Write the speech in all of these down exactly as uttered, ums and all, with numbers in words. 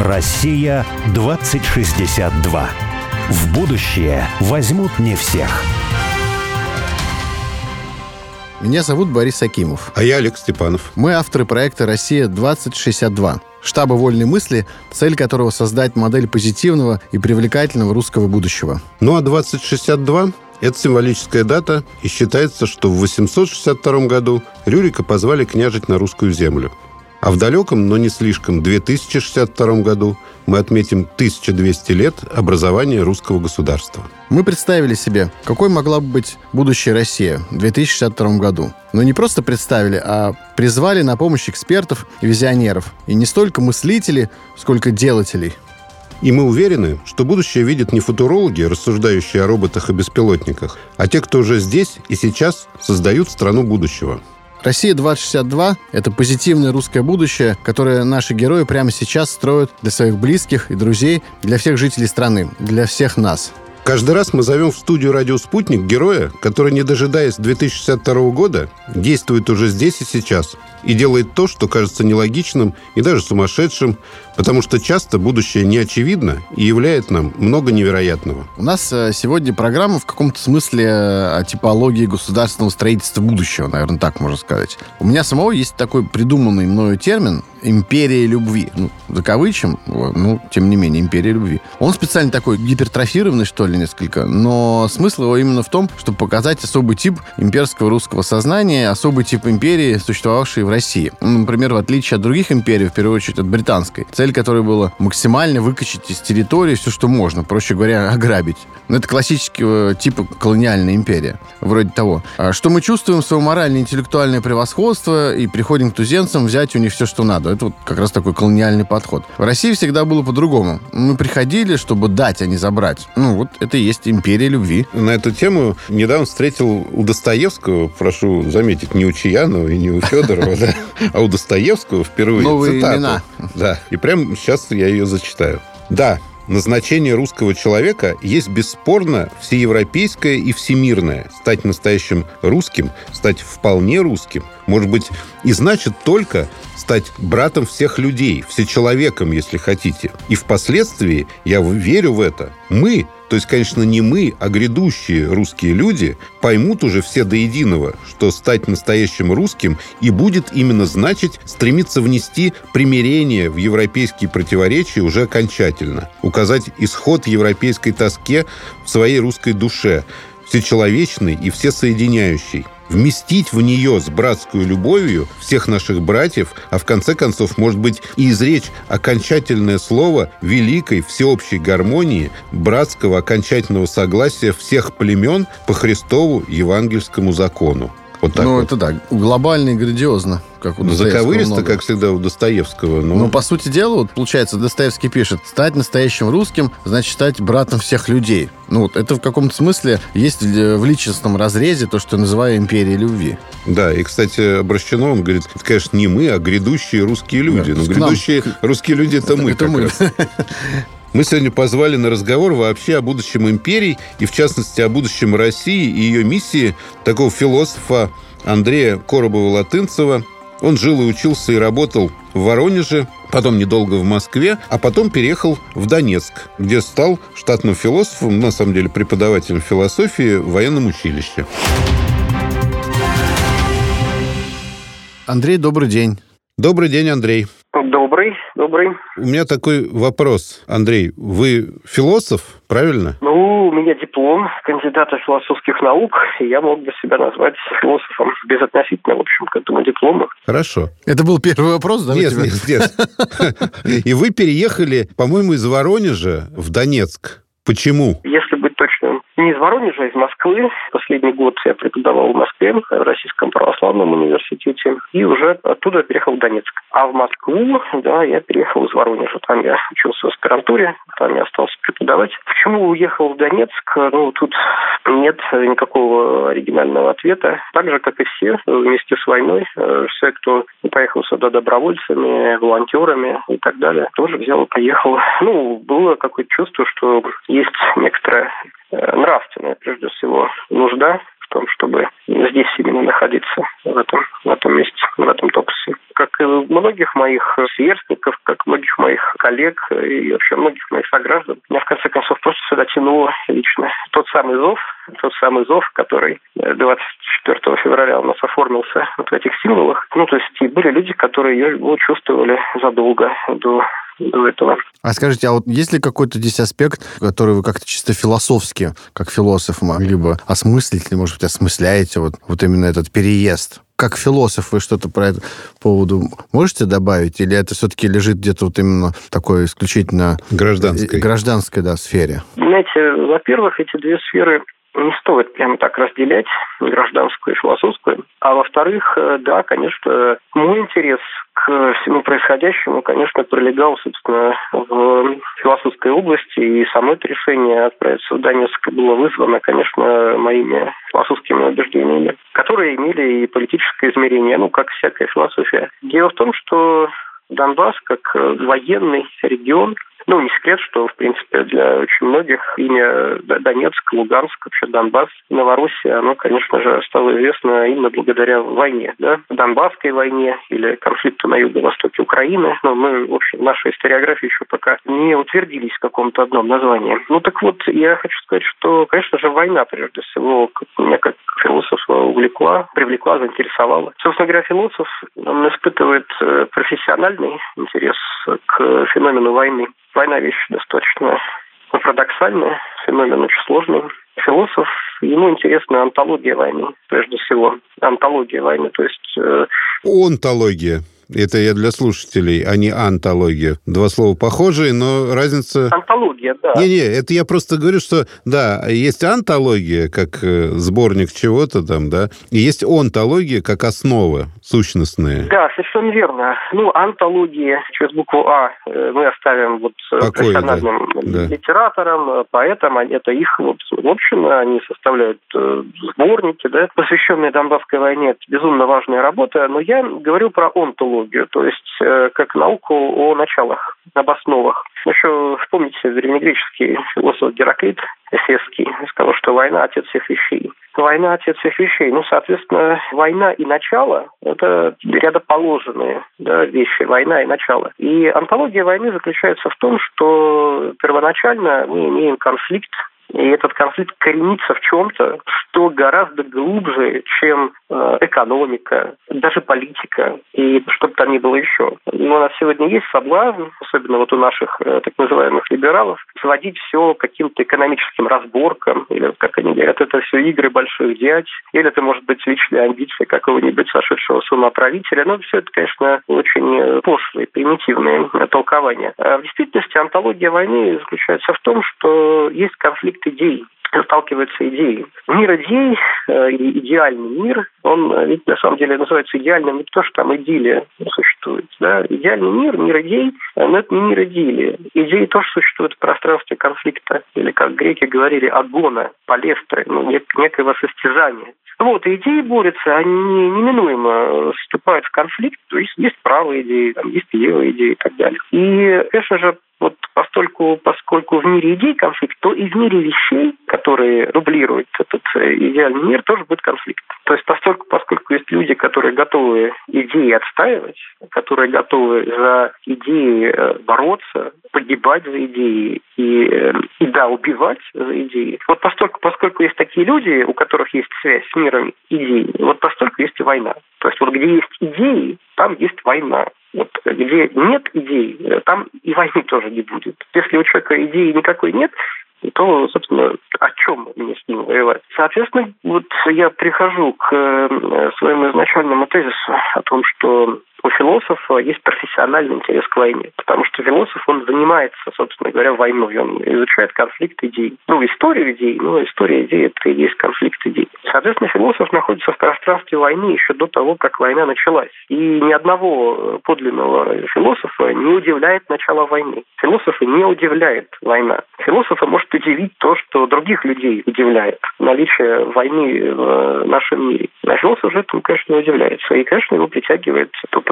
Россия двадцать шестьдесят два. В будущее возьмут не всех. Меня зовут Борис Акимов. А я Олег Степанов. Мы авторы проекта «Россия двадцать шестьдесят два», штаба вольной мысли, цель которого — создать модель позитивного и привлекательного русского будущего. Ну а двадцать шестьдесят два – это символическая дата, и считается, что в восемьсот шестьдесят втором году Рюрика позвали княжить на русскую землю. А в далеком, но не слишком, две тысячи шестьдесят втором году мы отметим тысяча двести лет образования русского государства. Мы представили себе, какой могла бы быть будущая Россия в две тысячи шестьдесят втором году. Но не просто представили, а призвали на помощь экспертов и визионеров. И не столько мыслителей, сколько делателей. И мы уверены, что будущее видят не футурологи, рассуждающие о роботах и беспилотниках, а те, кто уже здесь и сейчас создают страну будущего. «Россия двадцать шестьдесят два» — это позитивное русское будущее, которое наши герои прямо сейчас строят для своих близких и друзей, для всех жителей страны, для всех нас. Каждый раз мы зовем в студию «Радио Спутник» героя, который, не дожидаясь две тысячи шестьдесят второго года, действует уже здесь и сейчас и делает то, что кажется нелогичным и даже сумасшедшим, потому что часто будущее не очевидно и являет нам много невероятного. У нас сегодня программа в каком-то смысле о типологии государственного строительства будущего, наверное, так можно сказать. У меня самого есть такой придуманный мною термин «империя любви». Ну, закавычем, ну, тем не менее, империя любви. Он специально такой гипертрофированный, что ли, несколько, но смысл его именно в том, чтобы показать особый тип имперского русского сознания, особый тип империи, существовавшей в России. Ну, например, в отличие от других империй, в первую очередь от британской, цель которой была максимально выкачать из территории все, что можно, проще говоря, ограбить. Но это классического типа колониальная империя, вроде того. Что мы чувствуем свое морально-интеллектуальное превосходство и приходим к туземцам взять у них все, что надо. Это вот как раз такой колониальный подход. В России всегда было по-другому. Мы приходили, чтобы дать, а не забрать. Ну, вот это и есть империя любви. На эту тему недавно встретил у Достоевского, прошу заметить, не у Чаянова и не у Федорова, а у Достоевского впервые новые цитату. Имена. Да, и прямо сейчас я ее зачитаю. Да, назначение русского человека есть бесспорно всеевропейское и всемирное. Стать настоящим русским, стать вполне русским, может быть, и значит только стать братом всех людей, всечеловеком, если хотите. И впоследствии, я верю в это, мы, то есть, конечно, не мы, а грядущие русские люди, поймут уже все до единого, что стать настоящим русским и будет именно значить стремиться внести примирение в европейские противоречия уже окончательно, указать исход европейской тоске в своей русской душе, всечеловечной и всесоединяющей, вместить в нее с братской любовью всех наших братьев, а в конце концов, может быть, и изречь окончательное слово великой всеобщей гармонии, братского окончательного согласия всех племен по Христову евангельскому закону. Вот так ну, вот. это да, глобально и грандиозно, как у Достоевского. Заковыристо, как всегда, у Достоевского. Но... Ну, по сути дела, вот, получается, Достоевский пишет: стать настоящим русским значит стать братом всех людей. Ну, вот это в каком-то смысле есть в личностном разрезе то, что я называю империей любви. Да, и, кстати, обращено, он говорит, это, конечно, не мы, а грядущие русские люди. Да, но грядущие нам... русские люди — это, это мы это как мы. раз. Мы сегодня позвали на разговор вообще о будущем империи, и в частности о будущем России и ее миссии такого философа Андрея Коробова-Латынцева. Он жил и учился и работал в Воронеже, потом недолго в Москве, а потом переехал в Донецк, где стал штатным философом, на самом деле преподавателем философии в военном училище. Андрей, добрый день. Добрый день, Андрей. Добрый, добрый. У меня такой вопрос, Андрей. Вы философ, правильно? Ну, у меня диплом кандидата философских наук, и я мог бы себя назвать философом безотносительно, в общем, к этому диплому. Хорошо. Это был первый вопрос, да? Нет, нет, нет. И вы переехали, по-моему, из Воронежа в Донецк. Почему? Если быть точным, не из Воронежа, а из Москвы. Последний год я преподавал в Москве, в Российском православном университете, и уже оттуда переехал в Донецк. А в Москву, да, я переехал из Воронежа. Там я учился в аспирантуре, там я остался преподавать. Почему уехал в Донецк? Ну, тут нет никакого оригинального ответа. Так же, как и все, вместе с войной, все, кто поехал сюда добровольцами, волонтерами и так далее, тоже взял и поехал. Ну, было какое-то чувство, что есть некоторая нравственная, прежде всего, нужда в том, чтобы здесь именно находиться, в этом, в этом месте, в этом топосе. Как и многих моих сверстников, как многих моих коллег и вообще многих моих сограждан, меня в конце концов просто сюда тянуло лично. Тот самый зов, тот самый зов, который двадцать четвёртого февраля у нас оформился вот в этих символах. Ну, то есть и были люди, которые его чувствовали задолго до до этого. А скажите, а вот есть ли какой-то здесь аспект, который вы как-то чисто философски, как философ, могли бы осмыслить, или, может быть, осмысляете вот, вот именно этот переезд? Как философ вы что-то про это поводу можете добавить? Или это все-таки лежит где-то вот именно такой исключительно... Гражданской. Гражданской, да, сфере? Знаете, во-первых, эти две сферы не стоит прямо так разделять, гражданскую и философскую. А во-вторых, да, конечно, мой интерес к всему происходящему, конечно, пролегал, собственно, в философской области, и само это решение отправиться в Донецк было вызвано, конечно, моими философскими убеждениями, которые имели и политическое измерение, ну, как всякая философия. Дело в том, что Донбасс, как военный регион, ну, не секрет, что, в принципе, для очень многих имя Донецк, Луганск, вообще Донбасс, Новороссия, оно, конечно же, стало известно именно благодаря войне, да, Донбасской войне или конфликту на юго-востоке Украины. Но мы, в общем, в нашей историографии еще пока не утвердились в каком-то одном названии. Ну, так вот, я хочу сказать, что, конечно же, война, прежде всего, меня как философа увлекла, привлекла, заинтересовала. Собственно говоря, философ, он испытывает профессиональный интерес к феномену войны. Война вещь достаточно парадоксальная, феномен очень сложный. Философ, ему интересна антология войны, прежде всего. Антология войны, то есть... Э... Онтология. Это я для слушателей, а не антология. Два слова похожие, но разница... Антология, да. Не-не, это я просто говорю, что, да, есть антология, как сборник чего-то там, да, и есть онтология, как основа сущностная. Да, совершенно верно. Ну, антология, через букву А мы оставим вот Покой, профессиональным да. литераторам, поэтам, это их, вот, в общем, они составляют сборники, да, посвященные Донбасской войне. Это безумно важная работа, но я говорю про онтологию. То есть э, как науку о началах, об основах. Еще вспомните древнегреческий философ Гераклит Эфесский сказал, что война – отец всех вещей. Война – отец всех вещей. Ну, соответственно, война и начало – это рядоположенные да, вещи, война и начало. И антология войны заключается в том, что первоначально мы имеем конфликт, и этот конфликт коренится в чем-то, что гораздо глубже, чем э, экономика, даже политика и что бы там ни было еще. Но у нас сегодня есть соблазн, особенно вот у наших э, так называемых либералов, сводить все к каким-то экономическим разборкам, или, как они говорят, это все игры больших дядь, или это может быть личная амбиция какого-нибудь сошедшего с ума правителя. Но все это, конечно, очень пошлые, примитивные толкования. А в действительности антология войны заключается в том, что есть конфликт идей, сталкиваются идеи. Мир идей, э, идеальный мир, он ведь на самом деле называется идеальным не то, что там идиллия существует. Да? Идеальный мир, мир идей, но это не мир идиллии. Идеи тоже существуют в пространстве конфликта, или, как греки говорили, агона, палестры, ну, нек- некоего состязания. Вот, и идеи борются, они неминуемо вступают в конфликт, то есть есть правые идеи, там, есть левые идеи и так далее. И, конечно же, вот поскольку, поскольку в мире идей конфликт, то и в мире вещей, которые дублируют этот идеальный мир, тоже будет конфликт. То есть поскольку, поскольку есть люди, которые готовы идеи отстаивать, которые готовы за идеи бороться, погибать за идеи и, и да, убивать за идеи. Вот поскольку, поскольку есть такие люди, у которых есть связь с миром идей, вот постольку есть и война. То есть вот где есть идеи, там есть война. Вот где нет идей, там и войны тоже не будет. Если у человека идеи никакой нет, то, собственно, о чем мне с ним воевать? Соответственно, вот я прихожу к своему изначальному тезису о том, что у философа есть профессиональный интерес к войне, потому что философ, он занимается, собственно говоря, войной, он изучает конфликт идей. Ну, историю идей, ну, история идей – это и есть конфликт идей. Соответственно, философ находится в пространстве войны еще до того, как война началась. И ни одного подлинного философа не удивляет начало войны. Философа не удивляет война. Философа может удивить то, что других людей удивляет. Наличие войны в нашем мире. А философ же этому, конечно, не удивляется. И, конечно, его притягивает то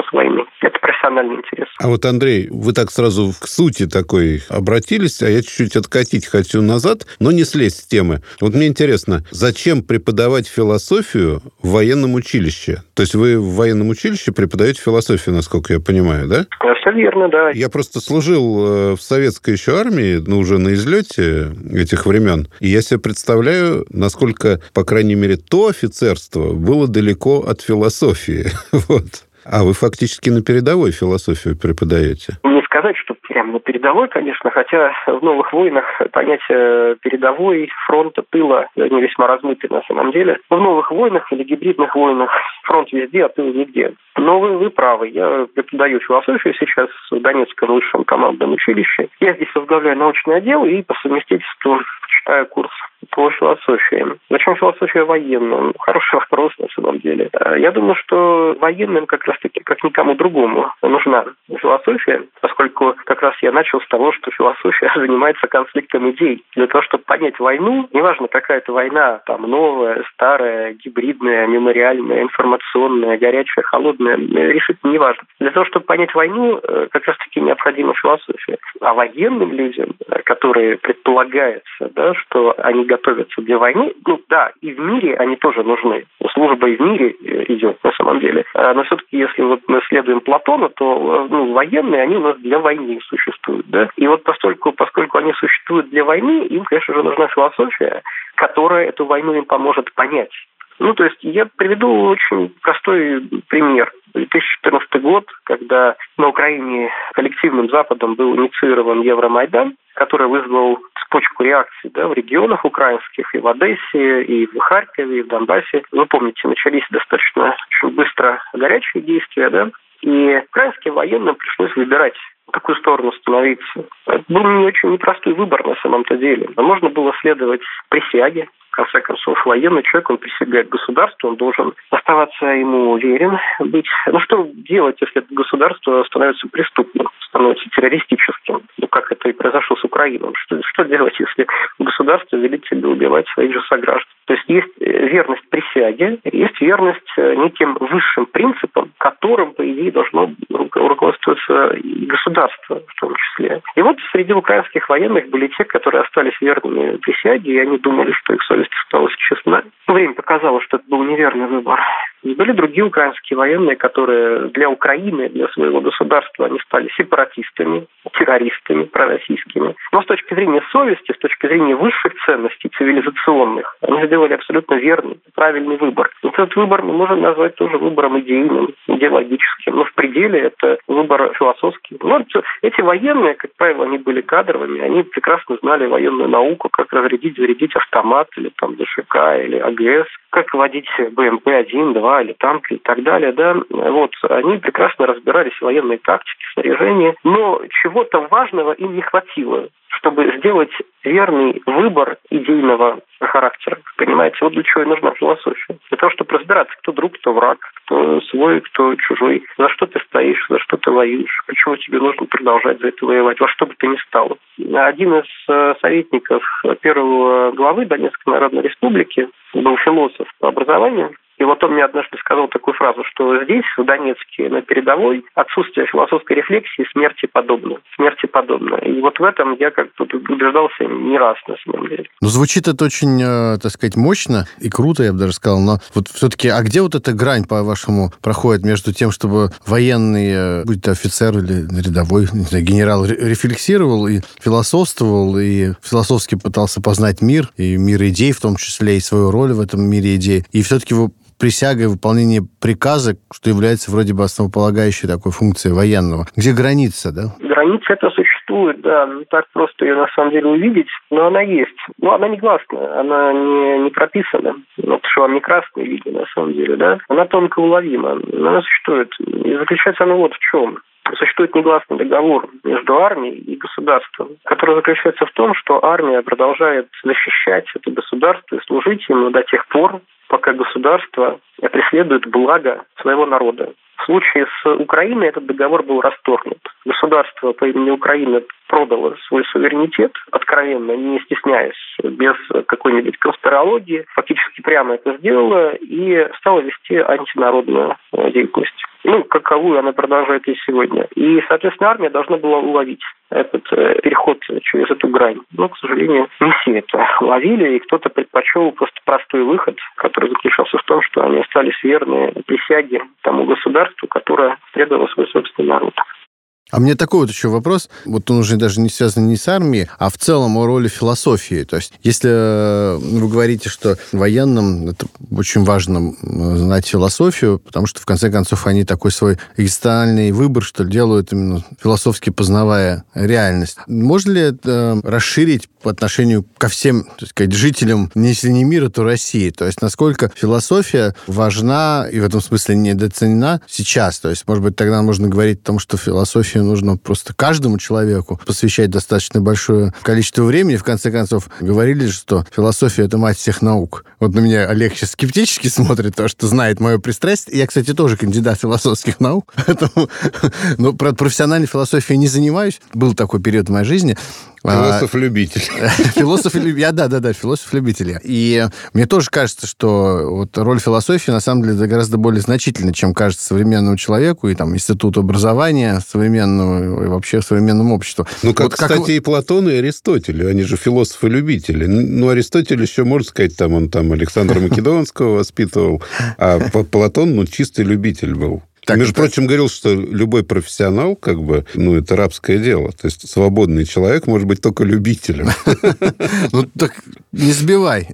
вопрос войны. Это профессиональный интерес. А вот, Андрей, вы так сразу к сути такой обратились, а я чуть-чуть откатить хочу назад, но не слезть с темы. Вот мне интересно, зачем преподавать философию в военном училище? То есть вы в военном училище преподаете философию, насколько я понимаю, да? Все верно, да. Я просто служил в советской еще армии, ну, уже на излете этих времен, и я себе представляю, насколько, по крайней мере, то офицерство было далеко от философии. Вот. А вы фактически на передовой философию преподаете? Не сказать, что прям на передовой, конечно, хотя в новых войнах понятия передовой, фронта, тыла, они весьма размыты на самом деле. В новых войнах или гибридных войнах фронт везде, а тыл нигде. Но вы, вы правы, я преподаю философию сейчас в Донецком высшем командном училище. Я здесь возглавляю научный отдел и по совместительству читаю курс по философии. Зачем философия военная? Хороший вопрос на самом деле. Я думаю, что военным как раз-таки, как никому другому, нужна философия, поскольку как раз я начал с того, что философия занимается конфликтом идей. Для того, чтобы понять войну, неважно, какая это война, там новая, старая, гибридная, мемориальная, информационная, горячая, холодная, решительно неважно. Для того, чтобы понять войну, как раз-таки необходима философия. А военным людям, которые предполагается, да, что они готовятся для войны, ну да, и в мире они тоже нужны. Служба и в мире идет на самом деле. Но все-таки, если вот мы следуем Платону, то ну, военные, они у нас для войны существуют. Да? И вот поскольку, поскольку они существуют для войны, им, конечно же, нужна философия, которая эту войну им поможет понять. Ну, то есть я приведу очень простой пример. две тысячи четырнадцатый год, когда на Украине коллективным Западом был инициирован Евромайдан, который вызвал цепочку реакций, да, в регионах украинских, и в Одессе, и в Харькове, и в Донбассе. Вы помните, начались достаточно очень быстро горячие действия, да, и украинским военным пришлось выбирать, в какую сторону становиться. Это был не очень непростой выбор на самом-то деле. Но можно было следовать присяге. В конце концов, военный человек, он присягает государству, он должен оставаться ему верен, быть. Ну, что делать, если это государство становится преступным, становится террористическим? Ну, как это и произошло с Украиной. Что, что делать, если государство велит тебе убивать своих же сограждан? То есть есть верность присяге, есть верность неким высшим принципам, которым, по идее, должно руководствоваться и государство в том числе. И вот среди украинских военных были те, которые остались верными присяге, и они думали, что их совесть осталась честна. Время показало, что это был неверный выбор. И были другие украинские военные, которые для Украины, для своего государства, они стали сепаратистами, террористами пророссийскими. Но с точки зрения совести, с точки зрения высших ценностей цивилизационных, они сделали абсолютно верный, правильный выбор. Этот выбор мы можем назвать тоже выбором идейным, идеологическим. Но в пределе это выбор философский. Но эти военные, как правило, они были кадровыми, они прекрасно знали военную науку, как разрядить, зарядить автомат или там ДШК или АГС, как водить БМП один, два или танки и так далее, да, вот, они прекрасно разбирались в военной тактике, снаряжении, но чего-то важного им не хватило, чтобы сделать верный выбор идейного характера. Понимаете, вот для чего и нужна философия. Для того, чтобы разбираться, кто друг, кто враг, кто свой, кто чужой, за что ты стоишь, за что ты воюешь, почему тебе нужно продолжать за это воевать, во что бы ты ни стал. Один из советников первого главы Донецкой Народной Республики был философ по образованию. И вот он мне однажды сказал такую фразу, что здесь, в Донецке, на передовой, отсутствие философской рефлексии смерти подобно. Смерти подобно. И вот в этом я как-то убеждался не раз, на самом деле. Ну, звучит это очень, э, так сказать, мощно и круто, я бы даже сказал. Но вот все-таки, а где вот эта грань, по-вашему, проходит между тем, чтобы военный, будь то офицер или рядовой, не знаю, генерал, рефлексировал и философствовал, и философски пытался познать мир, и мир идей в том числе, и свою роль в этом мире идей, и все-таки его присяга и выполнение приказа, что является вроде бы основополагающей такой функцией военного. Где граница, да? Граница это существует, да. Не так просто ее на самом деле увидеть, но она есть. Но она не гласная, она не, не прописана. Вот что вам не красные линии на самом деле, да? Она тонко уловима. Она существует. И заключается она вот в чем. Существует негласный договор между армией и государством, который заключается в том, что армия продолжает защищать это государство и служить ему до тех пор, пока государство преследует благо своего народа. В случае с Украиной этот договор был расторгнут. Государство по имени Украина продало свой суверенитет, откровенно, не стесняясь, без какой-нибудь конспирологии, фактически прямо это сделало и стало вести антинародную деятельность. ну, каковую она продолжает и сегодня. И, соответственно, армия должна была уловить этот э, переход через эту грань. Но, к сожалению, не все это ловили, и кто-то предпочел просто простой выход, который заключался в том, что они остались верны присяге тому государству, которое предало свой собственный народ. А мне такой вот еще вопрос, вот он уже даже не связан не с армией, а в целом о роли философии. То есть, если вы говорите, что военным это очень важно знать философию, потому что, в конце концов, они такой свой экзистенциальный выбор, что ли, делают именно философски познавая реальность. Можно ли это расширить по отношению ко всем, так сказать, жителям, если не мира, то России? То есть, насколько философия важна и в этом смысле недооценена сейчас? То есть, может быть, тогда можно говорить о том, что философия нужно просто каждому человеку посвящать достаточно большое количество времени. В конце концов, говорили же, что философия — это мать всех наук. Вот на меня Олег сейчас скептически смотрит, то, что знает мое пристрастие. Я, кстати, тоже кандидат философских наук, поэтому... но профессиональной философией не занимаюсь. Был такой период в моей жизни. Философ-любитель. Философ-любитель. Я, да, да, да, философ-любитель. И мне тоже кажется, что вот роль философии, на самом деле, гораздо более значительна, чем кажется современному человеку и там институту образования современного и вообще современному обществу. Ну, как, вот кстати, как... и Платон, и Аристотель. Они же философы-любители. Ну, Аристотель еще, можно сказать, там он там Александра Македонского воспитывал, а Платон, ну, чистый любитель был. Так, Между так. прочим, говорил, что любой профессионал, как бы, ну, это рабское дело. То есть свободный человек может быть только любителем. Ну, так не сбивай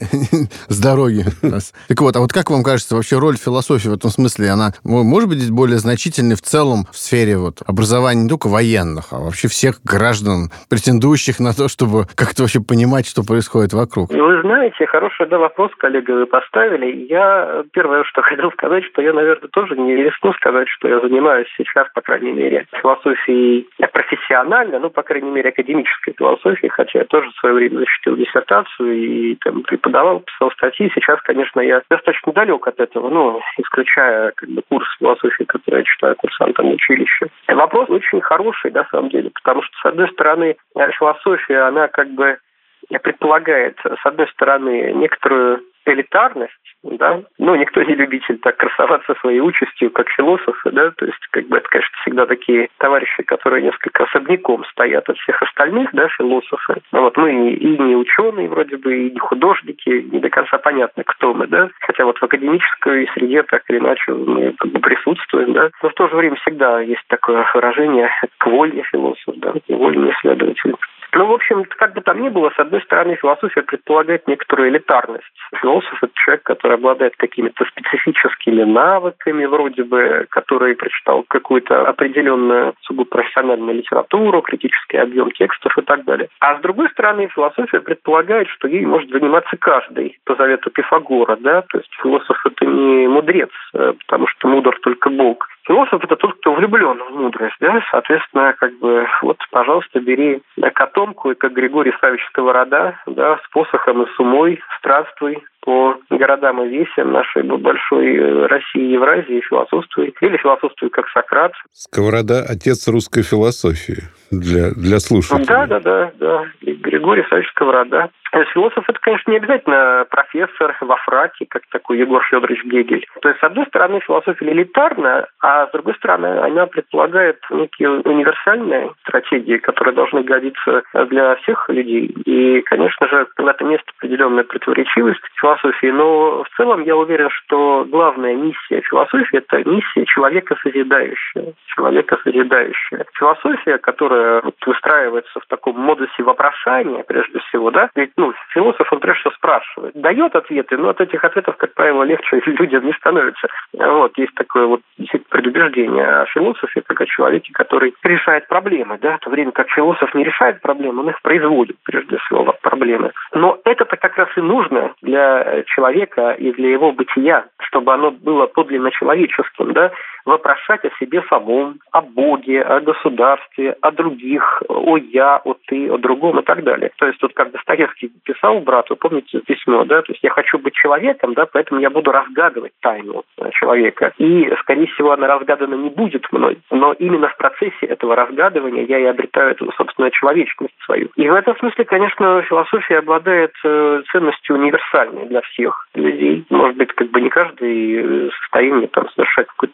с дороги. Так вот, а вот как вам кажется, вообще роль философии в этом смысле, она может быть более значительной в целом в сфере вот образования не только военных, а вообще всех граждан, претендующих на то, чтобы как-то вообще понимать, что происходит вокруг? Вы знаете, хороший да, вопрос, коллега, вы поставили. Я первое, что хотел сказать, что я, наверное, тоже не рискну сказать, что я занимаюсь сейчас, по крайней мере, философией профессионально, ну, по крайней мере, академической философией, хотя я тоже в свое время защитил диссертацию и там преподавал, писал статьи. Сейчас, конечно, я достаточно далек от этого, ну, исключая как бы курс философии, который я читаю курсантам училища. Вопрос очень хороший, на самом деле, потому что, с одной стороны, философия, она как бы предполагает, с одной стороны, некоторую элитарность, да, ну, никто не любитель так красоваться своей участью, как философы, да, то есть, как бы, это, конечно, всегда такие товарищи, которые несколько особняком стоят от всех остальных, да, философы. Но вот мы и не ученые, вроде бы, и не художники, не до конца понятно, кто мы, да, хотя вот в академической среде так или иначе мы как бы присутствуем, да, но в то же время всегда есть такое выражение «вольный философ», да, «вольный исследователь». Ну, в общем, как бы там ни было, с одной стороны, философия предполагает некоторую элитарность. Философ – это человек, который обладает какими-то специфическими навыками, вроде бы, который прочитал какую-то определенную сугубо профессиональную литературу, критический объем текстов и так далее. А с другой стороны, философия предполагает, что ей может заниматься каждый, по завету Пифагора, да, то есть философ – это не мудрец, потому что мудр только Бог. Философ – это тот, кто влюблен в мудрость, да, соответственно, как бы, вот, пожалуйста, бери котомку и, как Григорий Саввич Сковорода, да, с посохом и с умой странствуй по городам и весям нашей большой России и Евразии, философствуй. Или философствуй, как Сократ. Сковорода – отец русской философии для, для слушателей. Да, да, да, да. Григорий Саввич Сковорода. Философ – это, конечно, не обязательно профессор во фраке, как такой Егор Федорович Гегель. То есть, с одной стороны, философия элитарна, а с другой стороны, она предполагает некие универсальные стратегии, которые должны годиться для всех людей. И, конечно же, в этом есть определенная противоречивость философии, но в целом я уверен, что главная миссия философии – это миссия человека созидающего. Человека созидающего. Философия, которая вот выстраивается в таком модусе вопрошания, прежде всего, да, ведь ну, философ, он прежде всего спрашивает. Дает ответы, но от этих ответов, как правило, легче людям не становится. Вот, есть такое вот действительно предубеждение. А философ – это как человек, который решает проблемы, да, в то время как философ не решает проблемы, он их производит, прежде всего, проблемы. Но это-то как раз и нужно для человека и для его бытия, чтобы оно было подлинно человеческим, да, вопрошать о себе самом, о Боге, о государстве, о других, о я, о ты, о другом и так далее. То есть, вот как Достоевский писал брату, помните письмо, да, то есть я хочу быть человеком, да, поэтому я буду разгадывать тайну человека. И, скорее всего, она разгадана не будет мной, но именно в процессе этого разгадывания я и обретаю эту собственную человечность свою. И в этом смысле, конечно, философия обладает ценностью универсальной для всех людей. Может быть, как бы не каждый в состоянии там совершать какой-то философский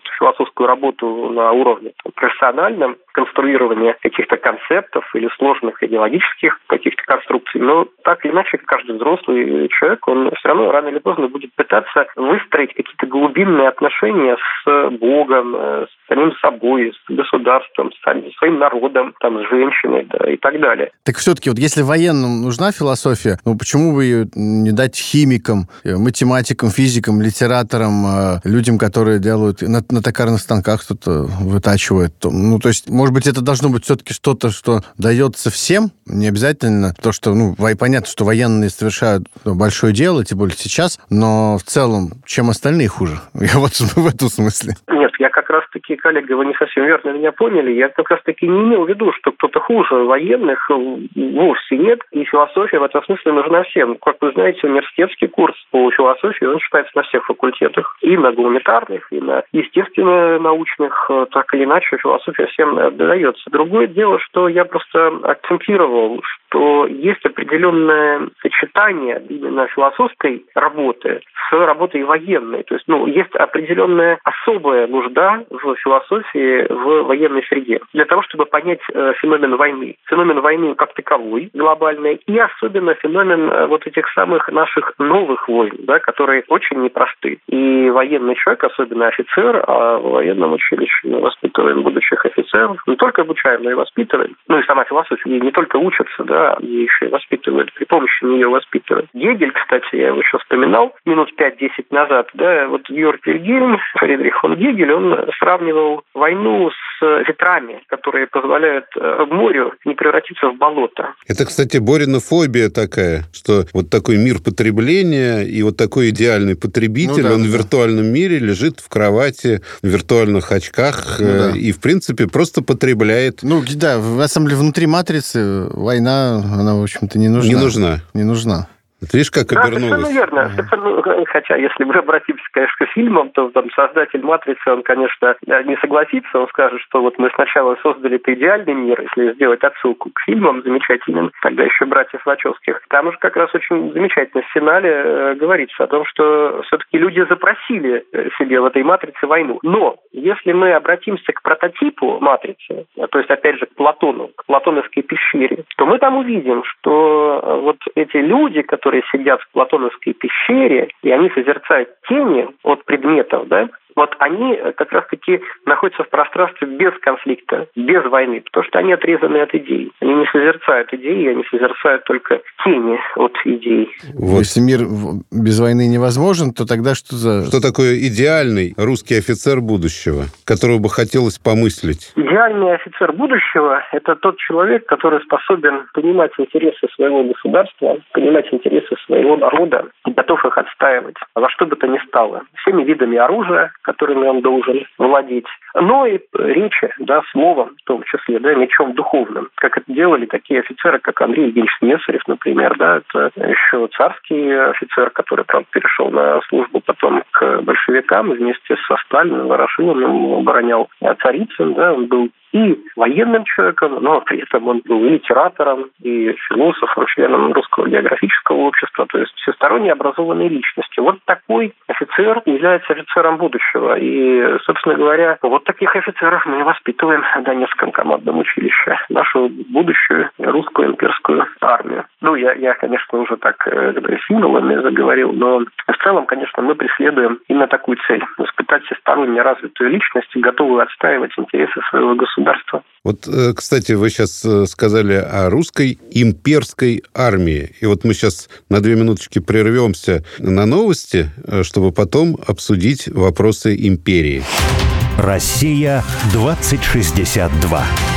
философскую работу на уровне там, профессиональном, конструирования каких-то концептов или сложных идеологических каких-то конструкций, но так или иначе каждый взрослый человек, он все равно рано или поздно будет пытаться выстроить какие-то глубинные отношения с Богом, с самим собой, с государством, с своим народом, там, с женщиной, да, и так далее. Так все-таки, вот если военным нужна философия, ну почему бы ее не дать химикам, математикам, физикам, литераторам, людям, которые делают на, на токарных станках что-то вытачивают? Ну, то есть, может быть, это должно быть все-таки что-то, что дается всем, не обязательно то, что, ну, понятно, что военные совершают большое дело, тем более сейчас, но в целом, чем остальные хуже? Я вот в этом смысле. Нет, я как раз-таки, коллега, вы не совсем верно меня поняли, я как раз-таки не имел в виду, что кто-то хуже военных, вовсе нет, и философия в этом смысле нужна всем. Как вы знаете, университетский курс по философии, он читается на всех факультетах, и на гуманитарных, и на естественно-научных, так или иначе, философия всем дается. Другое дело, что я просто акцентировал, что есть определенное сочетание именно философской работы с работой военной. То есть, ну, есть определенная особая нужда в философии в военной среде для того, чтобы понять э, феномен войны. Феномен войны как таковой, глобальный, и особенно феномен э, вот этих самых наших новых войн, да, которые очень непросты. И военный человек, особенно офицер, а в военном училище мы воспитываем будущих офицеров, не только обучаем, но и воспитываем. Ну и сама философия не только учатся, да, и еще и воспитывают, при помощи нее воспитывают. Гегель, кстати, я его еще вспоминал минут пять-десять назад, да, вот Георг Вильгельм, Фридрих фон Гегель, он сравнивал войну с ветрами, которые позволяют морю не превратиться в болото. Это, кстати, Боринофобия такая, что вот такой мир потребления и вот такой идеальный потребитель, ну, да, он да. в виртуальном мире лежит в кровати, в виртуальных очках, ну, да. и, в принципе, просто потребляет. Ну, да, на самом деле, внутри матрицы война, она, в общем-то, не нужна. Не нужна. Не нужна. Ты видишь, как обернулось? Да, совершенно верно. Совершенно... Хотя, если мы обратимся, конечно, к фильмам, то там создатель «Матрицы», он, конечно, не согласится. Он скажет, что вот мы сначала создали это идеальный мир, если сделать отсылку к фильмам замечательным, тогда еще «Братьев Вачовских». Там уже как раз очень замечательно в финале э, говорится о том, что все-таки люди запросили себе в этой «Матрице» войну. Но если мы обратимся к прототипу «Матрицы», то есть, опять же, к Платону, к платоновской пещере, то мы там увидим, что вот эти люди, которые которые сидят в платоновской пещере, и они созерцают тени от предметов, да, вот они как раз-таки находятся в пространстве без конфликта, без войны, потому что они отрезаны от идей. Они не созерцают идеи, они созерцают только тени от идей. Вот. Если мир без войны невозможен, то тогда что за... Что такое идеальный русский офицер будущего, которого бы хотелось помыслить? Идеальный офицер будущего – это тот человек, который способен понимать интересы своего государства, понимать интересы своего народа и готов их отстаивать во что бы то ни стало. Всеми видами оружия, которыми он должен владеть, но и речи, да, словом, в том числе, да, мечом духовным, как это делали такие офицеры, как Андрей Евгеньевич Несарев, например, да, это еще царский офицер, который, правда, перешел на службу потом к большевикам вместе со Сталиным, Ворошиловым, оборонял Царицын, да, он был и военным человеком, но при этом он был и литератором, и философом, членом Русского географического общества, то есть всесторонне образованной личностью. Вот такой офицер является офицером будущего. И, собственно говоря, вот таких офицеров мы воспитываем в Донецком командном училище, нашу будущую русскую имперскую армию. Ну, я, я конечно, уже так э, символами заговорил, но в целом, конечно, мы преследуем именно такую цель – воспитать всесторонне развитую личность, готовую отстаивать интересы своего государства. Вот, кстати, вы сейчас сказали о русской имперской армии. И вот мы сейчас на две минуточки прервемся на новости, чтобы потом обсудить вопросы империи. Россия двадцать шестьдесят два.